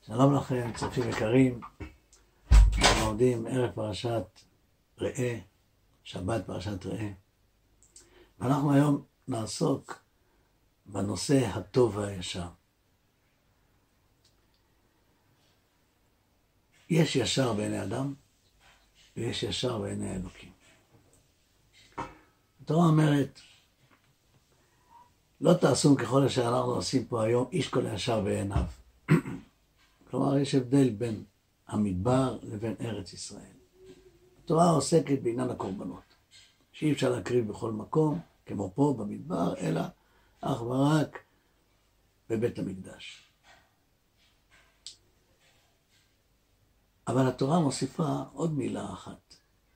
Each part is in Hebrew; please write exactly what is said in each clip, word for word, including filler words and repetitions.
שלום לכם, צופים יקרים. אנחנו עומדים ערב פרשת ראה, שבת פרשת ראה. ואנחנו היום נעסוק בנושא הטוב והישר. יש ישר בעיני אדם, ויש ישר בעיני האלוקים. התורה אומרת, לא תעשו ככל אשר אנחנו עושים פה היום, איש כל הישר בעיניו. כלומר, יש הבדל בין המדבר לבין ארץ ישראל. התורה עוסקת בעניין הקורבנות, שאי אפשר להקריב בכל מקום, כמו פה במדבר, אלא אך ורק בבית המקדש. אבל התורה מוסיפה עוד מילה אחת.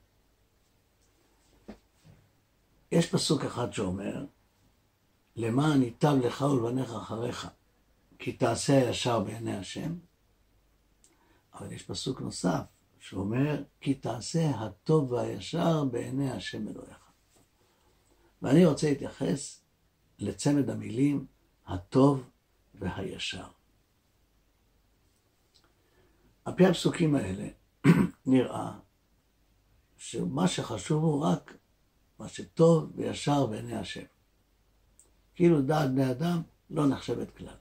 יש פסוק אחד שאומר, למען ייטב לך ולבניך אחריך, כי תעשה הישר בעיני השם. אבל יש פסוק נוסף שאומר, כי תעשה הטוב והישר בעיני השם אלוהיך. ואני רוצה להתייחס לצמד המילים הטוב והישר. על פי הפסוקים האלה נראה שמה שחשוב הוא רק מה שטוב וישר בעיני השם. כאילו דעת בני אדם לא נחשבת כלל.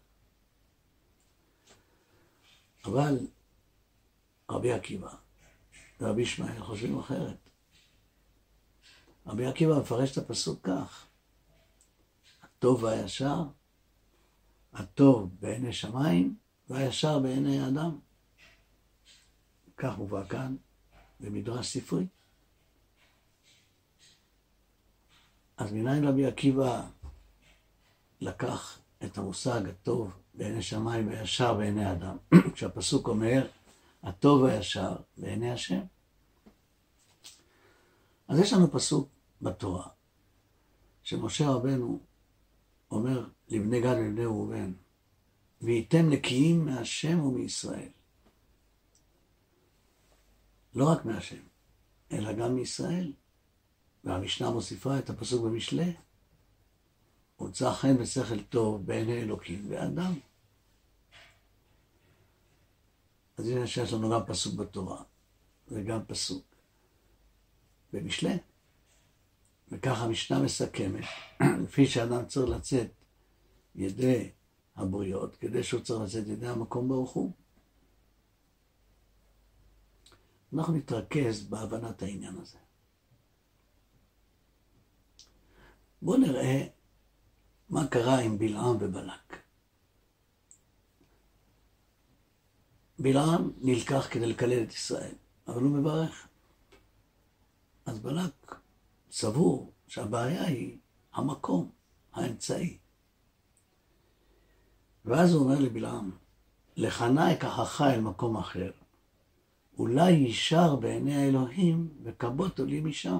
אבל רבי עקיבא ורבי ישמעאל חושבים אחרת. רבי עקיבא מפרש את הפסוק כך, הטוב והישר, הטוב בעיני שמיים והישר בעיני האדם. כך מובא כאן במדרש ספרי. אז מניין רבי עקיבא לקח את המושג הטוב בעיני שמיים והישר בעיני האדם, כשהפסוק אומר, הטוב והישר בעיני השם. אז יש לנו פסוק בתורה, שמשה רבנו אומר לבני גד ולבני ראובן, והייתם נקיים מהשם ומישראל. לא רק מהשם, אלא גם מישראל. והמשנה מוסיפה את הפסוק במשלי, הוצא חן ושכל טוב בעיני אלוקים ואדם. אז הנה שיש לנו גם פסוק בתורה, וגם פסוק במשלי. וככה המשנה מסכמת, לפי שאדם צריך לצאת ידי הבריות, כדי שהוא צריך לצאת ידי המקום ברוך הוא. אנחנו נתרכז בהבנת העניין הזה. בואו נראה מה קרה עם בלעם ובלק. בלעם נלקח כדי לקלל את ישראל, אבל הוא מברך. אז בלק סבור שהבעיה היא המקום, האמצעי. ואז הוא אומר לבלעם, לחנה אקחך אל מקום אחר, אולי ישר בעיני האלוהים וקבוטו לי משם.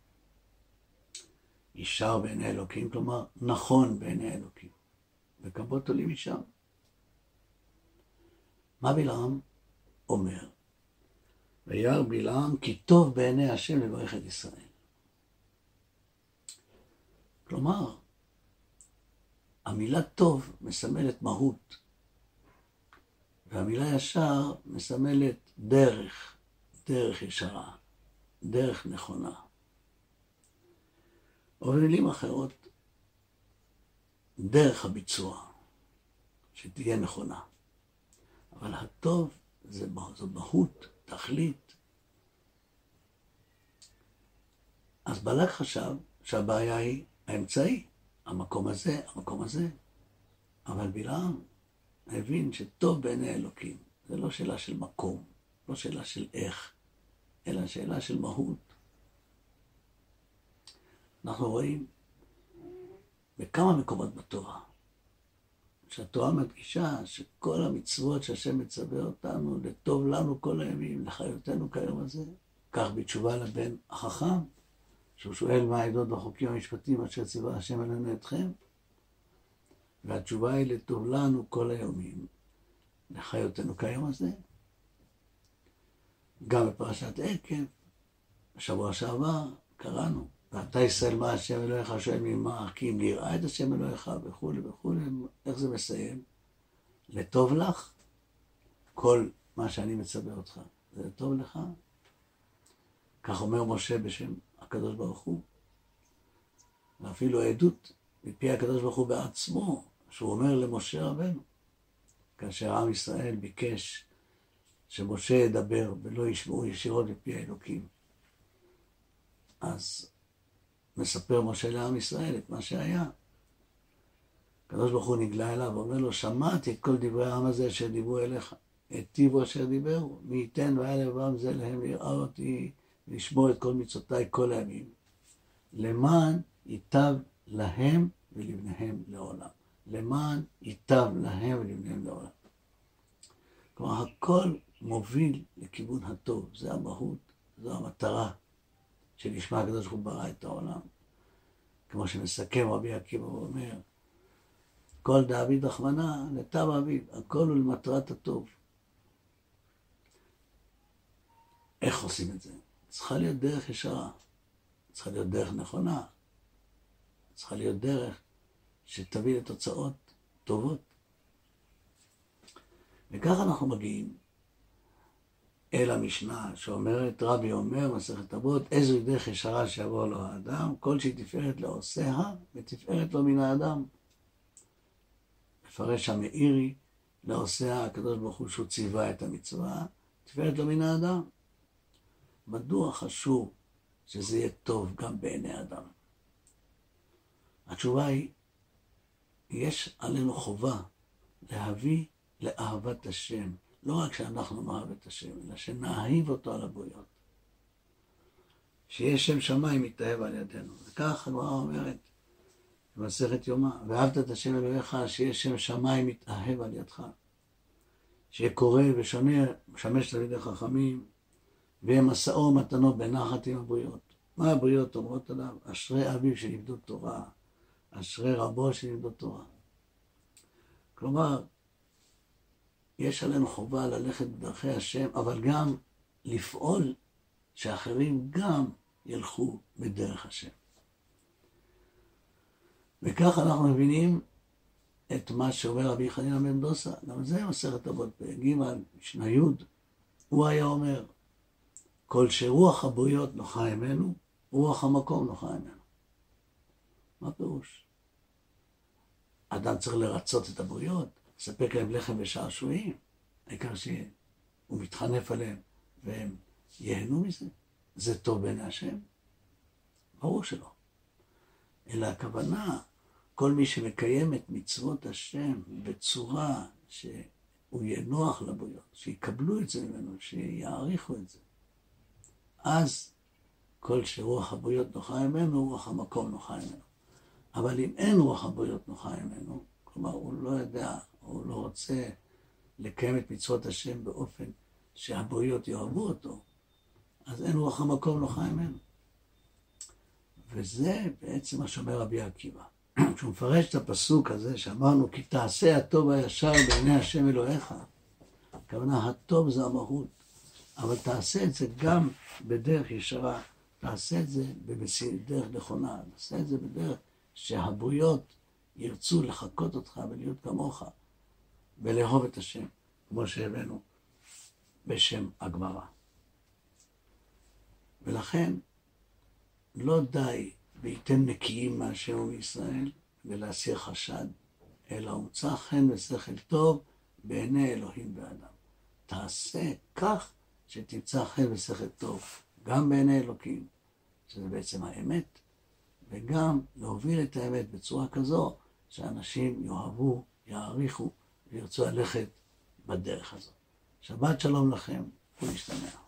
ישר בעיני האלוקים, כלומר נכון בעיני האלוקים, וקבוטו לי משם. מה בלעם אומר? וירא בלעם כי טוב בעיני השם לברך את ישראל. כלומר, המילה טוב מסמלת מהות, והמילה ישר מסמלת דרך, דרך ישרה, דרך נכונה. או במילים אחרות, דרך הביצוע, שתהיה נכונה. אבל הטוב זה, זו מהות, תכלית. אז בלק חשב שהבעיה היא האמצעי, המקום הזה, המקום הזה. אבל בלעם הבין שטוב בעיני אלוקים. זה לא שאלה של מקום, לא שאלה של איך, אלא שאלה של מהות. אנחנו רואים בכמה מקומות בתורה, שהתורה מדגישה שכל המצוות שהשם מצווה אותנו, לטוב לנו כל הימים, לחיותנו כיום הזה, כך בתשובה לבן החכם, שהוא שואל מה העדות והחוקים המשפטיים אשר ציווה השם עלינו אתכם, והתשובה היא לטוב לנו כל הימים, לחיותנו כיום הזה. גם בפרשת עקב, בשבוע שעבר, קראנו, ואתה ישראל מה השם אלוהיך שואל ממה, כי אם נראה את השם אלוהיך וכו' וכו', איך זה מסיים? לטוב לך, כל מה שאני מצווה אותך, זה טוב לך? כך אומר משה בשם הקדוש ברוך הוא. ואפילו העדות מפי הקדוש ברוך הוא בעצמו, שהוא אומר למשה רבנו, כאשר עם ישראל ביקש שמשה ידבר ולא ישמעו ישירות מפי האלוקים. אז מספר משה לעם ישראל את מה שהיה. הקדוש ברוך הוא נגלה אליו ואומר לו, שמעתי את כל דברי העם הזה אשר דיברו אליך, היטיבו אשר דיברו, מי ייתן והיה לבם זה להם לראה אותי ולשמור את כל מצוותיי כל הימים, למען ייטב להם ולבניהם לעולם. למען ייטב להם ולבניהם לעולם. כלומר, הכל מוביל לכיוון הטוב, זה המהות, זו המטרה שלשמה הקדוש ברוך הוא ברא את העולם. כמו שמסכם רבי עקיבא ואומר, כל דאביד רחמנא לטב אביו, הכל הוא למטרת הטוב. איך עושים את זה? צריכה להיות דרך ישרה, צריכה להיות דרך נכונה, צריכה להיות דרך שתביא לתוצאות טובות. וכך אנחנו מגיעים אל המשנה שאומרת, רבי אומר, מסכת אבות, איזו דרך ישרה שיעבור לו האדם, כל שהיא תפארת לעושיה ותפארת לו מן האדם. מפרש המאירי, לעושיה הקדוש ברוך הוא שהוא ציווה את המצווה, תפארת לו מן האדם. מדוע חשוב שזה יהיה טוב גם בעיני האדם? התשובה היא, יש עלינו חובה להביא לאהבת השם, לא רק שאנחנו נאהב את השם, אלא שנאהיב אותו על הבריות. שיש שם שמיים מתאהב על ידינו. וכך הגמרא אומרת, במסכת יומא, ואהבת את השם אלוהיך, שיש שם שמיים מתאהב על ידך. שיהיה קורא ושונה, משמש תלמידי חכמים, ויהיה משאו ומתנו בנחת עם הבריות. מה הבריות אומרות עליו? אשרי אביו שלימדו תורה, אשרי רבו שלימדו תורה. כלומר, יש עלינו חובה ללכת בדרכי השם, אבל גם לפעול שאחרים גם ילכו בדרך השם. וכך אנחנו מבינים את מה שאומר רבי חנינא בן דוסא, גם זה מסכת אבות פרק ג' משנה י', הוא היה אומר, כל שרוח הבריות נוחה ממנו, רוח המקום נוחה ממנו. מה פירוש? אדם צריך לרצות את הבריות, לספק להם לחם ושעשועים, העיקר שהוא מתחנף עליהם והם ייהנו מזה. זה טוב בעיני השם? ברור שלא. אלא הכוונה, כל מי שמקיים את מצוות השם בצורה שהוא יהיה נוח לבריות, שיקבלו את זה ממנו, שיעריכו את זה. אז כל שרוח הבריות נוחה ממנו, רוח המקום נוחה ממנו. אבל אם אין רוח הבריות נוחה ממנו, כלומר הוא לא יודע, הוא לא רוצה לקיים את מצוות השם באופן שהבריות יאהבו אותו, אז אין רוח המקום נוחה ממנו. וזה בעצם מה שאומר רבי עקיבא. כשהוא מפרש את הפסוק הזה שאמרנו, כי תעשה הטוב הישר בעיני השם אלוהיך, הכוונה הטוב זה המהות, אבל תעשה את זה גם בדרך ישרה, תעשה את זה בדרך נכונה, תעשה את זה בדרך שהבריות ירצו לחקות אותך ולהיות כמוך ולאהוב את השם, כמו שהבאנו בשם הגמרא. ולכן לא די וייתם נקיים מהשם ומישראל ולהסיר חשד, אלא הומצא חן ושכל טוב בעיני אלוהים ואדם. תעשה כך שתמצא חן ושכל טוב גם בעיני אלוקים, שזה בעצם האמת, וגם להוביל את האמת בצורה כזו שאנשים יאהבו, יעריכו וירצו ללכת בדרך הזו. שבת שלום לכם ולהשתמע.